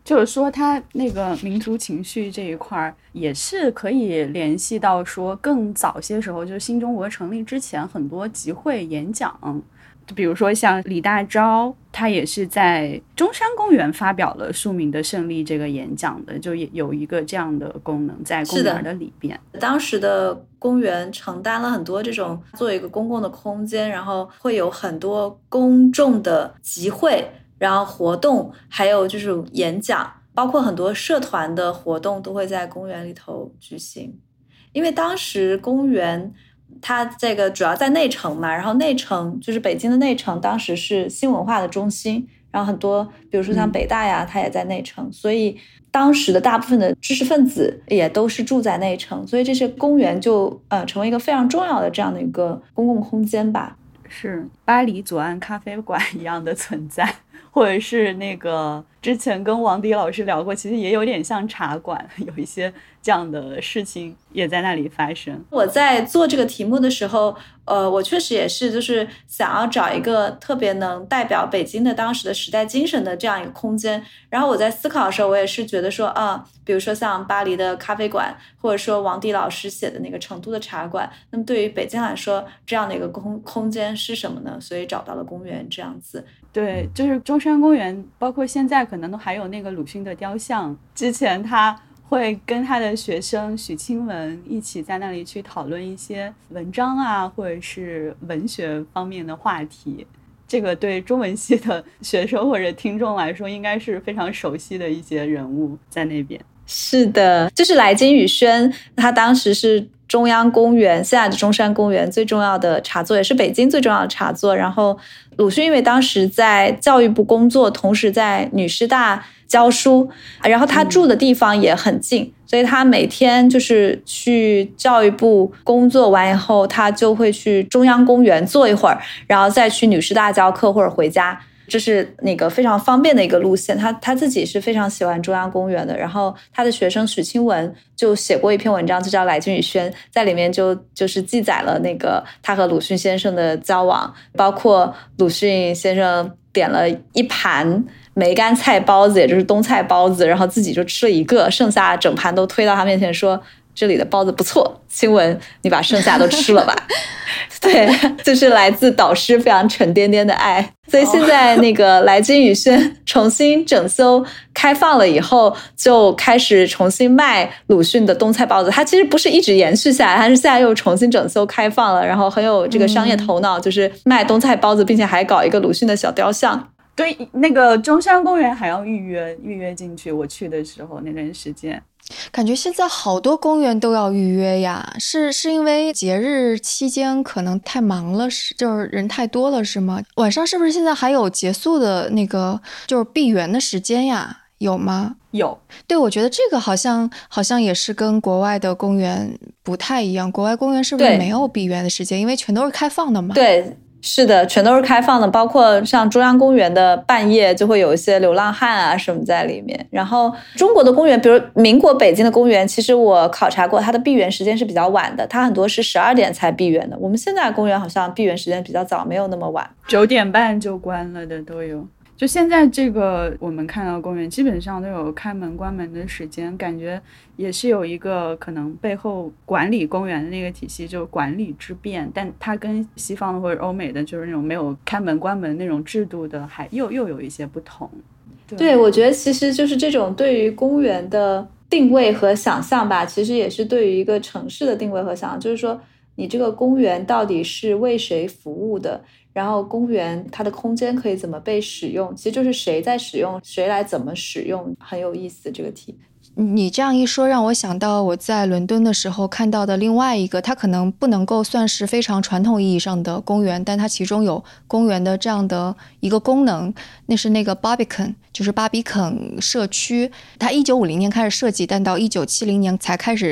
就是说它那个民族情绪这一块也是可以联系到说更早些时候，就是新中国成立之前很多集会演讲，就比如说像李大钊，他也是在中山公园发表了庶民的胜利这个演讲的，就也有一个这样的功能在公园的里边。 当时的公园承担了很多这种作为一个公共的空间，然后会有很多公众的集会，然后活动，还有就是演讲，包括很多社团的活动都会在公园里头举行。因为当时公园它这个主要在内城嘛，然后内城就是北京的内城当时是新文化的中心，然后很多比如说像北大呀、嗯、它也在内城，所以当时的大部分的知识分子也都是住在内城，所以这些公园就呃成为一个非常重要的这样的一个公共空间吧。 是巴黎左岸咖啡馆一样的存在，或者是那个之前跟王迪老师聊过，其实也有点像茶馆，有一些这样的事情也在那里发生。 我在做这个题目的时候呃，我确实也是就是想要找一个特别能代表北京的当时的时代精神的这样一个空间，然后我在思考的时候我也是觉得说啊，比如说像巴黎的咖啡馆，或者说王迪老师写的那个成都的茶馆，那么对于北京来说这样的一个空空间是什么呢？所以找到了公园这样子。 对，就是中山公园包括现在可能都还有那个鲁迅的雕像，之前他会跟他的学生许清文一起在那里去讨论一些文章啊，或者是文学方面的话题。这个对中文系的学生或者听众来说应该是非常熟悉的一些人物在那边。 是的，就是来金宇轩，他当时是中央公园现在的中山公园最重要的茶座，也是北京最重要的茶座。然后鲁迅因为当时在教育部工作，同时在女师大教书，然后他住的地方也很近、嗯、所以他每天就是去教育部工作完以后，他就会去中央公园坐一会儿，然后再去女师大教课或者回家，这是那个非常方便的一个路线。他他自己是非常喜欢中央公园的，然后他的学生许清文就写过一篇文章，就叫《来金宇轩》，在里面就就是记载了那个他和鲁迅先生的交往，包括鲁迅先生点了一盘梅干菜包子，也就是冬菜包子，然后自己就吃了一个，剩下整盘都推到他面前说这里的包子不错，清文你把剩下都吃了吧。对，就是来自导师非常沉甸甸的爱。所以现在那个来金宇轩重新整修开放了以后，就开始重新卖鲁迅的冬菜包子。它其实不是一直延续下来，它是现在又重新整修开放了，然后很有这个商业头脑、嗯、就是卖冬菜包子，并且还搞一个鲁迅的小雕像。 对，那个中山公园还要预约预约进去，我去的时候那段时间感觉现在好多公园都要预约呀，是是因为节日期间可能太忙了，是就是人太多了是吗？晚上是不是现在还有结束的那个就是闭园的时间呀？有吗？ 有。 对，我觉得这个好像好像也是跟国外的公园不太一样，国外公园是不是没有闭园的时间？因为全都是开放的嘛。 对，是的，全都是开放的，包括像中央公园的半夜就会有一些流浪汉啊什么在里面。然后中国的公园，比如民国北京的公园，其实我考察过，它的闭园时间是比较晚的，它很多是十二点才闭园的。我们现在公园好像闭园时间比较早，没有那么晚， 九点半就关了的都有。就现在这个我们看到公园基本上都有开门关门的时间，感觉也是有一个可能背后管理公园的那个体系，就是管理之变，但它跟西方的或者欧美的就是那种没有开门关门那种制度的还又又有一些不同。 对, 对，我觉得其实就是这种对于公园的定位和想象吧，其实也是对于一个城市的定位和想象，就是说你这个公园到底是为谁服务的，然后公园它的空间可以怎么被使用，其实就是谁在使用，谁来怎么使用，很有意思这个题。 你这样一说让我想到我在伦敦的时候看到的另外一个，它可能不能够算是非常传统意义上的公园，但它其中有公园的这样的一个功能，那是那个 Barbican， 就是巴比肯社区。它一九五零年开始设计，但到一九七零年才开始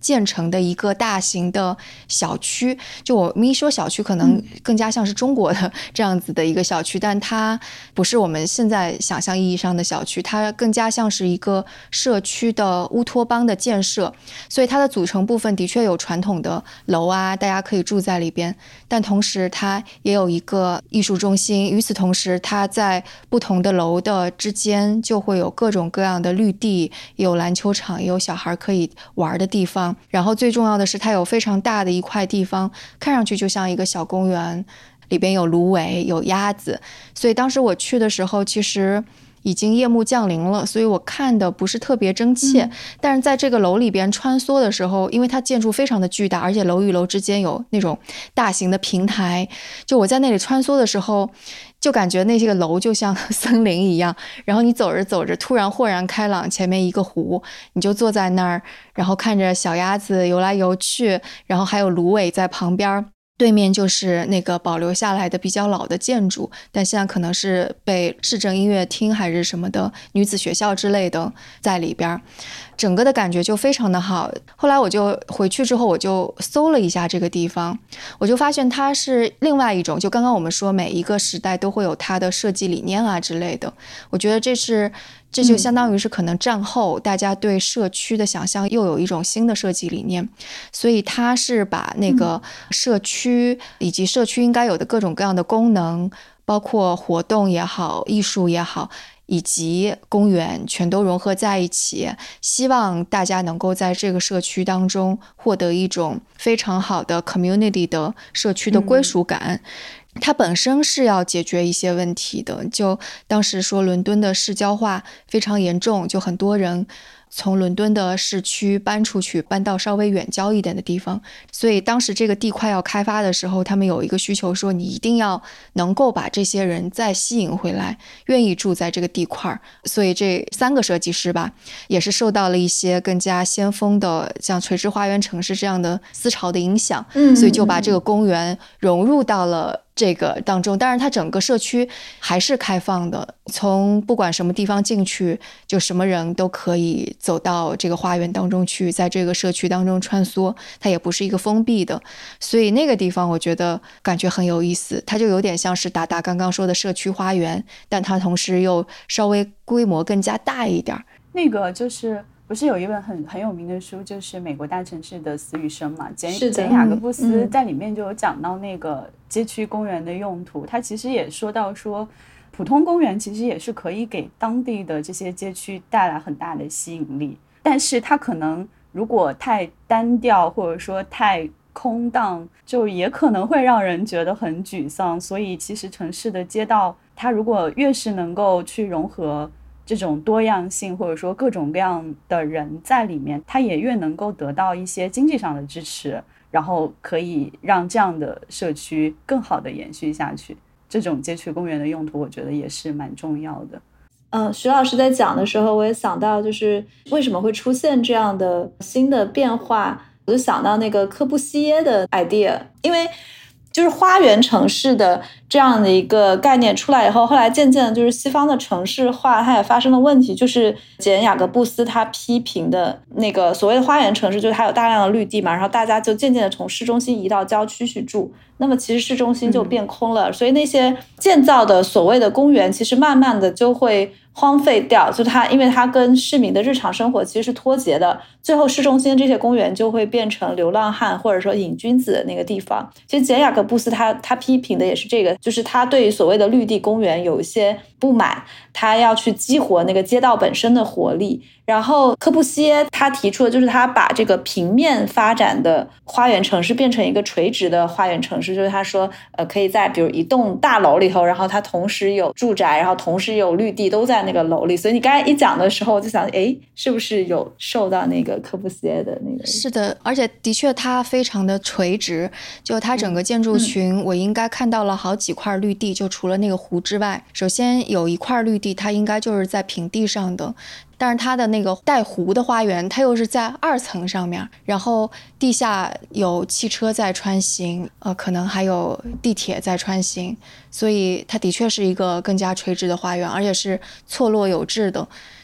建成的一个大型的小区。就我们一说小区可能更加像是中国的这样子的一个小区，但它不是我们现在想象意义上的小区，它更加像是一个社区的乌托邦的建设。所以它的组成部分的确有传统的楼啊，大家可以住在里边，但同时它也有一个艺术中心。与此同时，它在不同的楼的之间就会有各种各样的绿地，也有篮球场，也有小孩可以玩的地方。然后最重要的是，它有非常大的一块地方，看上去就像一个小公园，里边有芦苇，有鸭子。所以当时我去的时候，其实已经夜幕降临了，所以我看的不是特别真切、嗯、但是在这个楼里边穿梭的时候，因为它建筑非常的巨大，而且楼与楼之间有那种大型的平台，就我在那里穿梭的时候就感觉那些个楼就像森林一样，然后你走着走着突然豁然开朗，前面一个湖，你就坐在那儿，然后看着小鸭子游来游去，然后还有芦苇在旁边，对面就是那个保留下来的比较老的建筑，但现在可能是被市政音乐厅还是什么的女子学校之类的在里边，整个的感觉就非常的好。后来我就回去之后，我就搜了一下这个地方，我就发现它是另外一种，就刚刚我们说每一个时代都会有它的设计理念啊之类的，我觉得这是这就相当于是可能战后大家对社区的想象又有一种新的设计理念，所以它是把那个社区以及社区应该有的各种各样的功能，包括活动也好，艺术也好，以及公园全都融合在一起，希望大家能够在这个社区当中获得一种非常好的 community 的社区的归属感、嗯它本身是要解决一些问题的，就当时说伦敦的市郊化非常严重，就很多人从伦敦的市区搬出去，搬到稍微远郊一点的地方，所以当时这个地块要开发的时候，他们有一个需求说你一定要能够把这些人再吸引回来，愿意住在这个地块，所以这三个设计师吧也是受到了一些更加先锋的像垂直花园城市这样的思潮的影响，嗯，所以就把这个公园融入到了这个当中。当然它整个社区还是开放的，从不管什么地方进去，就什么人都可以走到这个花园当中去，在这个社区当中穿梭，它也不是一个封闭的，所以那个地方我觉得感觉很有意思，它就有点像是达达刚刚说的社区花园，但它同时又稍微规模更加大一点。 那个就是不是有一本很很有名的书，就是美国大城市的死与生嘛，简简雅各布斯在里面就有讲到那个街区公园的用途、嗯、他其实也说到说普通公园其实也是可以给当地的这些街区带来很大的吸引力，但是它可能如果太单调或者说太空荡，就也可能会让人觉得很沮丧。所以其实城市的街道它如果越是能够去融合这种多样性，或者说各种各样的人在里面，它也越能够得到一些经济上的支持，然后可以让这样的社区更好的延续下去。这种街区公园的用途我觉得也是蛮重要的。 嗯，徐老师在讲的时候我也想到就是为什么会出现这样的新的变化，我就想到那个科布西耶的 idea， 因为就是花园城市的这样的一个概念出来以后，后来渐渐的就是西方的城市化它也发生了问题，就是简雅各布斯他批评的那个所谓的花园城市，就是它有大量的绿地嘛，然后大家就渐渐的从市中心移到郊区去住，那么其实市中心就变空了、嗯、所以那些建造的所谓的公园其实慢慢的就会荒废掉，就它因为它跟市民的日常生活其实是脱节的，最后市中心这些公园就会变成流浪汉或者说瘾君子的那个地方。其实简雅各布斯他他批评的也是这个，就是他对于所谓的绿地公园有一些不满，他要去激活那个街道本身的活力。然后科布西耶他提出的就是他把这个平面发展的花园城市变成一个垂直的花园城市，就是他说呃，可以在比如一栋大楼里头，然后它同时有住宅，然后同时有绿地都在那个楼里。所以你刚才一讲的时候我就想诶是不是有受到那个科布西耶的那个。 是的，而且的确它非常的垂直，就它整个建筑群、嗯、我应该看到了好几块绿地，就除了那个湖之外，首先有一块绿地它应该就是在平地上的，但是它的那个带湖的花园它又是在二层上面，然后地下有汽车在穿行，呃，可能还有地铁在穿行，所以它的确是一个更加垂直的花园，而且是错落有致的。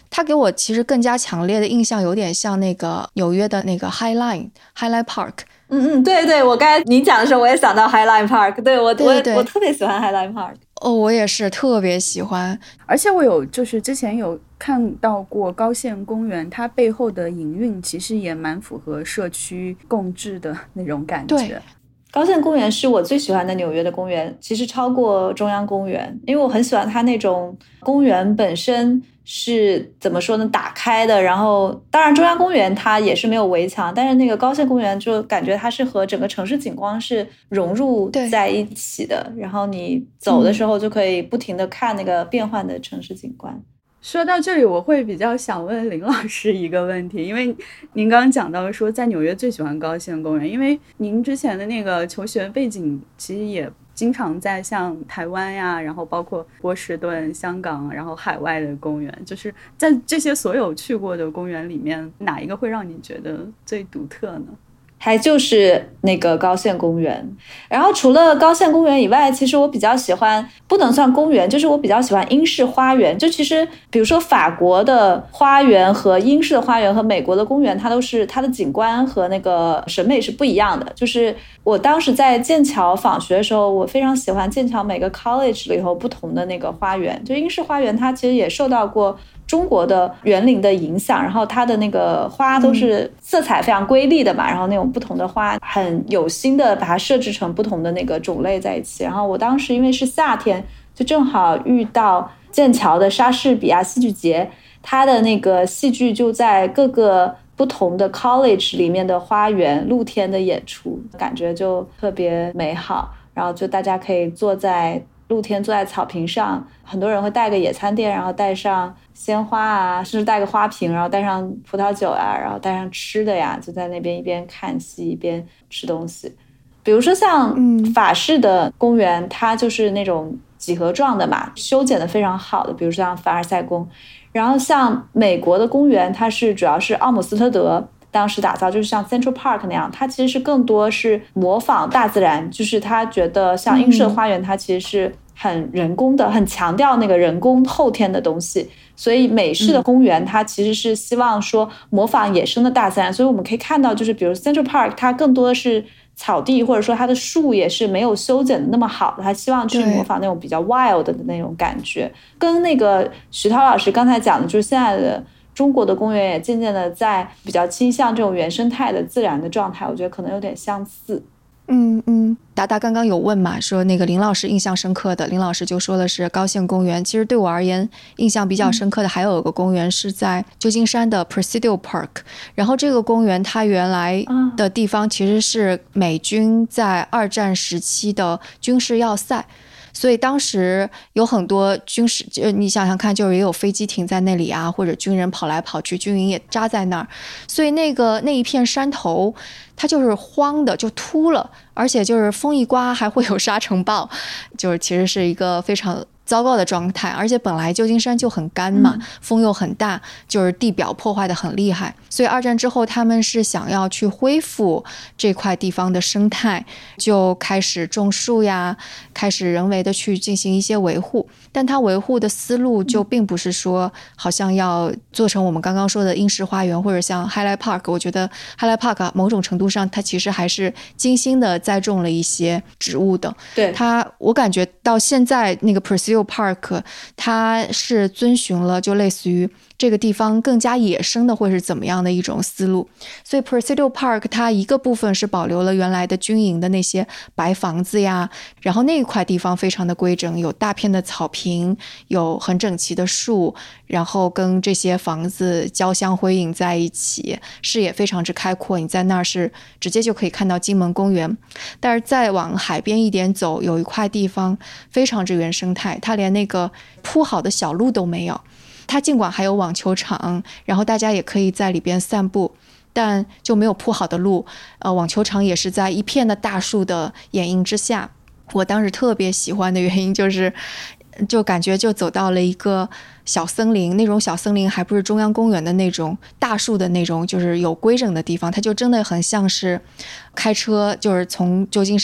它给我其实更加强烈的印象有点像那个纽约的那个 High Line High Line Park。 嗯嗯，对对，我刚才你讲的时候，我也想到 High Line Park， 对我对对我我特别喜欢 High Line Park。 哦，我也是特别喜欢， 而且我有就是之前有看到过高县公园，它背后的营运其实也蛮符合社区共治的那种感觉。 对， 高县公园是我最喜欢的纽约的公园，其实超过中央公园，因为我很喜欢它那种公园本身是怎么说呢，打开的，然后当然中央公园它也是没有围墙，但是那个高县公园就感觉它是和整个城市景观是融入在一起的，然后你走的时候就可以不停的看那个变换的城市景观。 说到这里，我会比较想问林老师一个问题，因为您刚刚讲到说在纽约最喜欢高县公园，因为您之前的那个求学背景其实也经常在像台湾呀，然后包括波士顿、香港，然后海外的公园，就是在这些所有去过的公园里面，哪一个会让你觉得最独特呢？ 还就是那个高县公园，然后除了高县公园以外，其实我比较喜欢，不能算公园，就是我比较喜欢英式花园。就其实比如说法国的花园和英式的花园和美国的公园，它都是它的景观和那个审美是不一样的。就是我当时在剑桥访学的时候，我非常喜欢剑桥每个 college 里头不同的那个花园。就英式花园它其实也受到过中国的园林的影响，然后它的那个花都是色彩非常瑰丽的嘛，然后那种不同的花很有心的把它设置成不同的那个种类在一起。然后我当时因为是夏天，就正好遇到剑桥的莎士比亚戏剧节，它的那个戏剧就在各个不同的 college 里面的花园露天的演出，感觉就特别美好。然后就大家可以坐在露天，坐在草坪上，很多人会带个野餐垫，然后带上鲜花啊，甚至带个花瓶，然后带上葡萄酒啊，然后带上吃的呀，就在那边一边看戏一边吃东西。比如说像法式的公园，它就是那种几何状的嘛，修剪的非常好的，比如说像凡尔赛宫。然后像美国的公园，它是主要是奥姆斯特德当时打造，就是像 Central Park 那样，它其实是更多是模仿大自然，就是他觉得像英式的花园，它其实是很人工的，很强调那个人工后天的东西。所以美式的公园它其实是希望说模仿野生的大自然，所以我们可以看到就是比如 Central Park 它更多的是草地，或者说它的树也是没有修剪的那么好，它希望去模仿那种比较 wild 的那种感觉。跟那个徐涛老师刚才讲的，就是现在的中国的公园也渐渐的在比较倾向这种原生态的自然的状态，我觉得可能有点相似。 嗯嗯，达达刚刚有问嘛，说那个林老师印象深刻的，林老师就说的是高县公园。其实对我而言，印象比较深刻的还有一个公园是在旧金山的 Presidio Park。然后这个公园它原来的地方其实是美军在二战时期的军事要塞。所以当时有很多军事，就你想想看，就是也有飞机停在那里啊，或者军人跑来跑去，军营也扎在那儿。所以那个那一片山头，它就是荒的，就秃了，而且就是风一刮还会有沙尘暴，就是其实是一个非常糟糕的状态。而且本来旧金山就很干嘛、嗯、风又很大，就是地表破坏的很厉害。所以二战之后他们是想要去恢复这块地方的生态，就开始种树呀，开始人为的去进行一些维护。但它维护的思路就并不是说好像要做成我们刚刚说的英式花园，或者像 Highlight Park。 我觉得 Highlight Park 某种程度上它其实还是精心的栽种了一些植物的。 对， 它我感觉到现在那个 Presidio Park 它是遵循了就类似于这个地方更加野生的会是怎么样的一种思路。所以 Presidio Park 它一个部分是保留了原来的军营的那些白房子呀，然后那一块地方非常的规整，有大片的草坪，有很整齐的树，然后跟这些房子交相辉映在一起，视野非常之开阔，你在那儿是直接就可以看到金门公园。但是再往海边一点走，有一块地方非常之原生态，它连那个铺好的小路都没有。它尽管还有网球场，然后大家也可以在里边散步，但就没有铺好的路。呃，网球场也是在一片的大树的掩映之下。我当时特别喜欢的原因就是，就感觉就走到了一个小森林，那种小森林还不是中央公园的那种大树的那种，就是有规整的地方，它就真的很像是开车，就是从旧金山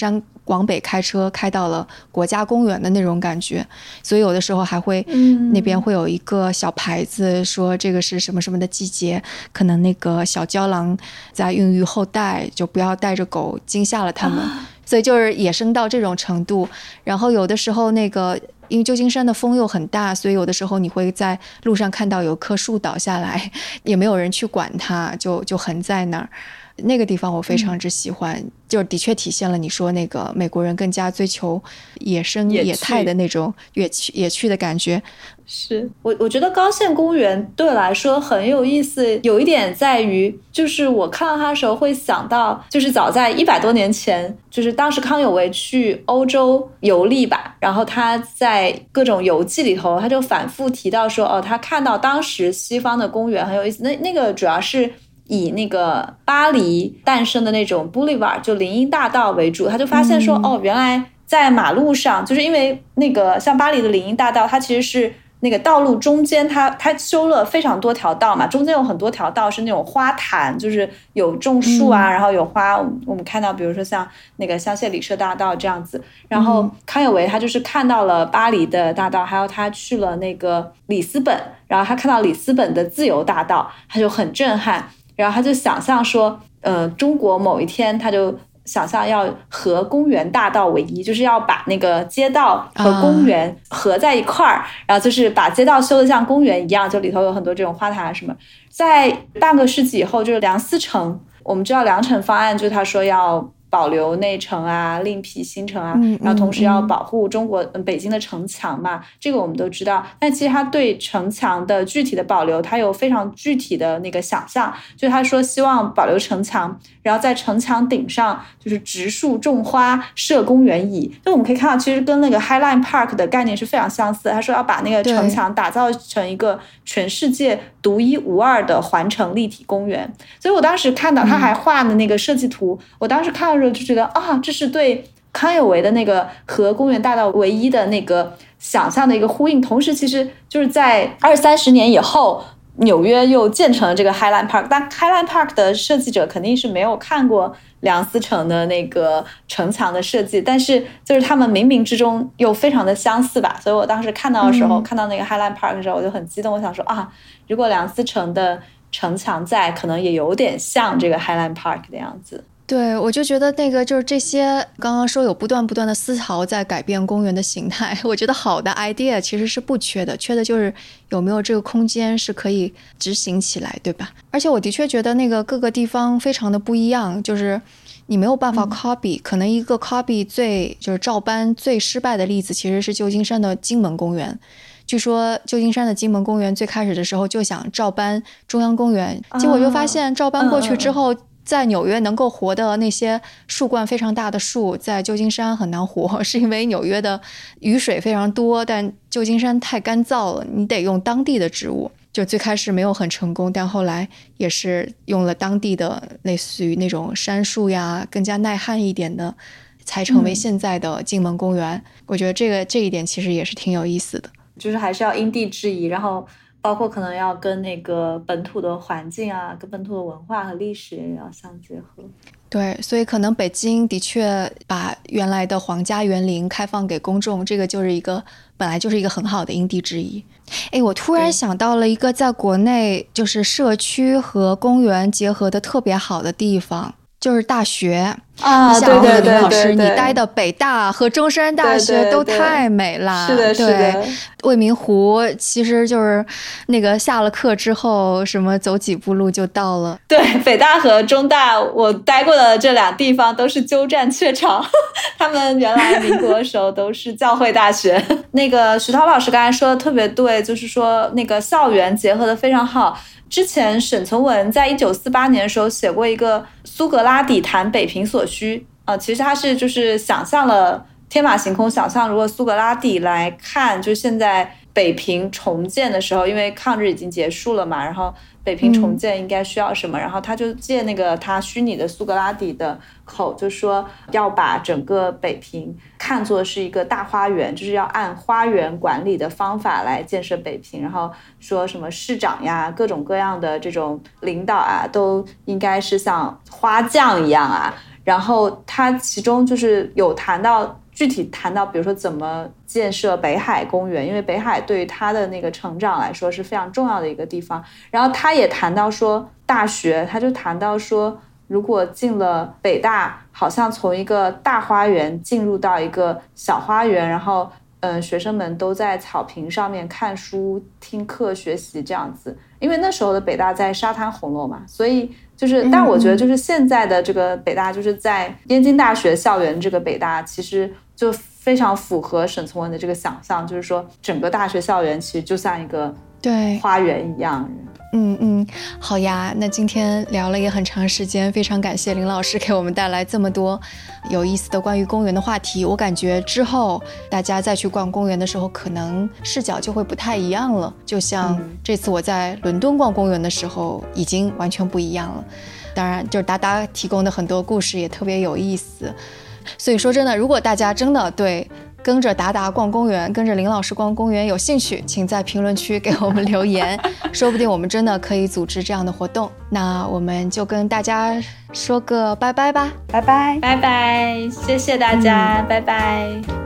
往北开车开到了国家公园的那种感觉，所以有的时候还会、嗯、那边会有一个小牌子说这个是什么什么的季节，可能那个小郊狼在孕育后代，就不要带着狗惊吓了它们、啊、所以就是野生到这种程度。然后有的时候那个因为旧金山的风又很大，所以有的时候你会在路上看到有棵树倒下来，也没有人去管它，就就横在那儿。那个地方我非常之喜欢、嗯、就是的确体现了你说那个美国人更加追求野生野态的那种野趣野趣的感觉。 是我我觉得高县公园对我来说很有意思，有一点在于就是我看到它的时候会想到，就是早在一百多年前，就是当时康有为去欧洲游历吧，然后他在各种游记里头他就反复提到说，哦，他看到当时西方的公园很有意思，那那个主要是以那个巴黎诞生的那种 boulevard 就林荫大道为主，他就发现说、嗯、哦，原来在马路上，就是因为那个像巴黎的林荫大道它其实是那个道路中间它它修了非常多条道嘛，中间有很多条道是那种花坛，就是有种树啊、嗯、然后有花，我们看到比如说像那个香榭里舍大道这样子。然后康有为他就是看到了巴黎的大道，还有他去了那个里斯本，然后他看到里斯本的自由大道，他就很震撼，然后他就想象说呃，中国某一天他就想象要和公园大道为一，就是要把那个街道和公园合在一块儿、啊、然后就是把街道修得像公园一样，就里头有很多这种花坛啊什么。在半个世纪以后，就是梁思成，我们知道梁城方案就是他说要保留内城啊，另辟新城啊，然后同时要保护中国、嗯、北京的城墙嘛，这个我们都知道。但其实他对城墙的具体的保留他有非常具体的那个想象，就是他说希望保留城墙，然后在城墙顶上就是植树种花设公园椅。就我们可以看到其实跟那个 Highline Park 的概念是非常相似的，他说要把那个城墙打造成一个全世界独一无二的环城立体公园。所以我当时看到他还画的那个设计图、嗯、我当时看到的时候就觉得啊，这是对康有为的那个和公园大道唯一的那个想象的一个呼应。同时其实就是在二三十年以后，纽约又建成了这个 Highline Park， 但 Highline Park 的设计者肯定是没有看过梁思成的那个城墙的设计，但是就是他们冥冥之中又非常的相似吧。所以我当时看到的时候、嗯、看到那个 Highline Park 的时候我就很激动，我想说啊，如果梁思成的城墙在，可能也有点像这个 Highline Park 的样子。 对，我就觉得那个就是这些刚刚说有不断不断的思潮在改变公园的形态，我觉得好的 idea 其实是不缺的，缺的就是有没有这个空间是可以执行起来，对吧？而且我的确觉得那个各个地方非常的不一样，就是你没有办法 copy、嗯、可能一个 copy 最就是照搬最失败的例子其实是旧金山的金门公园。据说旧金山的金门公园最开始的时候就想照搬中央公园、啊、结果就发现照搬过去之后、嗯在纽约能够活的那些树冠非常大的树在旧金山很难活，是因为纽约的雨水非常多，但旧金山太干燥了，你得用当地的植物。就最开始没有很成功，但后来也是用了当地的类似于那种杉树呀，更加耐旱一点的，才成为现在的金门公园、嗯、我觉得这个这一点其实也是挺有意思的， 就是还是要因地制宜，然后包括可能要跟那个本土的环境啊，跟本土的文化和历史也要相结合。 对，所以可能北京的确把原来的皇家园林开放给公众，这个就是一个本来就是一个很好的因地制宜。哎，我突然想到了一个在国内就是社区和公园结合的特别好的地方，就是大学啊，对对对老师，你待的北大和中山大学都太美了。 是的，是的。 未名湖其实就是那个下了课之后，什么走几步路就到了。 对，北大和中大我待过的这两地方都是鸠占鹊巢，他们原来民国的时候都是教会大学。那个徐涛老师刚才说的特别对，就是说那个校园结合的非常好。之前沈从文在一九四八年的时候写过一个苏格拉底谈北平所需、呃、其实他是就是想象了天马行空，想象如果苏格拉底来看就现在北平重建的时候，因为抗日已经结束了嘛，然后北平重建应该需要什么、嗯、然后他就借那个他虚拟的苏格拉底的口，就说要把整个北平看作是一个大花园，就是要按花园管理的方法来建设北平，然后说什么市长呀各种各样的这种领导啊都应该是像花匠一样啊， 然后它其中就是有谈到具体谈到比如说怎么建设北海公园，因为北海对于它的那个成长来说是非常重要的一个地方。然后他也谈到说大学，他就谈到说如果进了北大，好像从一个大花园进入到一个小花园，然后嗯，学生们都在草坪上面看书听课学习这样子。因为那时候的北大在沙滩红楼嘛，所以就是但我觉得就是现在的这个北大，就是在燕京大学校园这个北大，其实就非常符合沈从文的这个想象，就是说整个大学校园其实就像一个对花园一样。 嗯嗯，好呀，那今天聊了也很长时间，非常感谢林老师给我们带来这么多有意思的关于公园的话题。我感觉之后大家再去逛公园的时候，可能视角就会不太一样了，就像这次我在伦敦逛公园的时候已经完全不一样了。当然就是达达提供的很多故事也特别有意思，所以说真的，如果大家真的对跟着达达逛公园，跟着林老师逛公园有兴趣，请在评论区给我们留言说不定我们真的可以组织这样的活动。那我们就跟大家说个拜拜吧。 拜拜拜拜，谢谢大家、嗯、拜拜。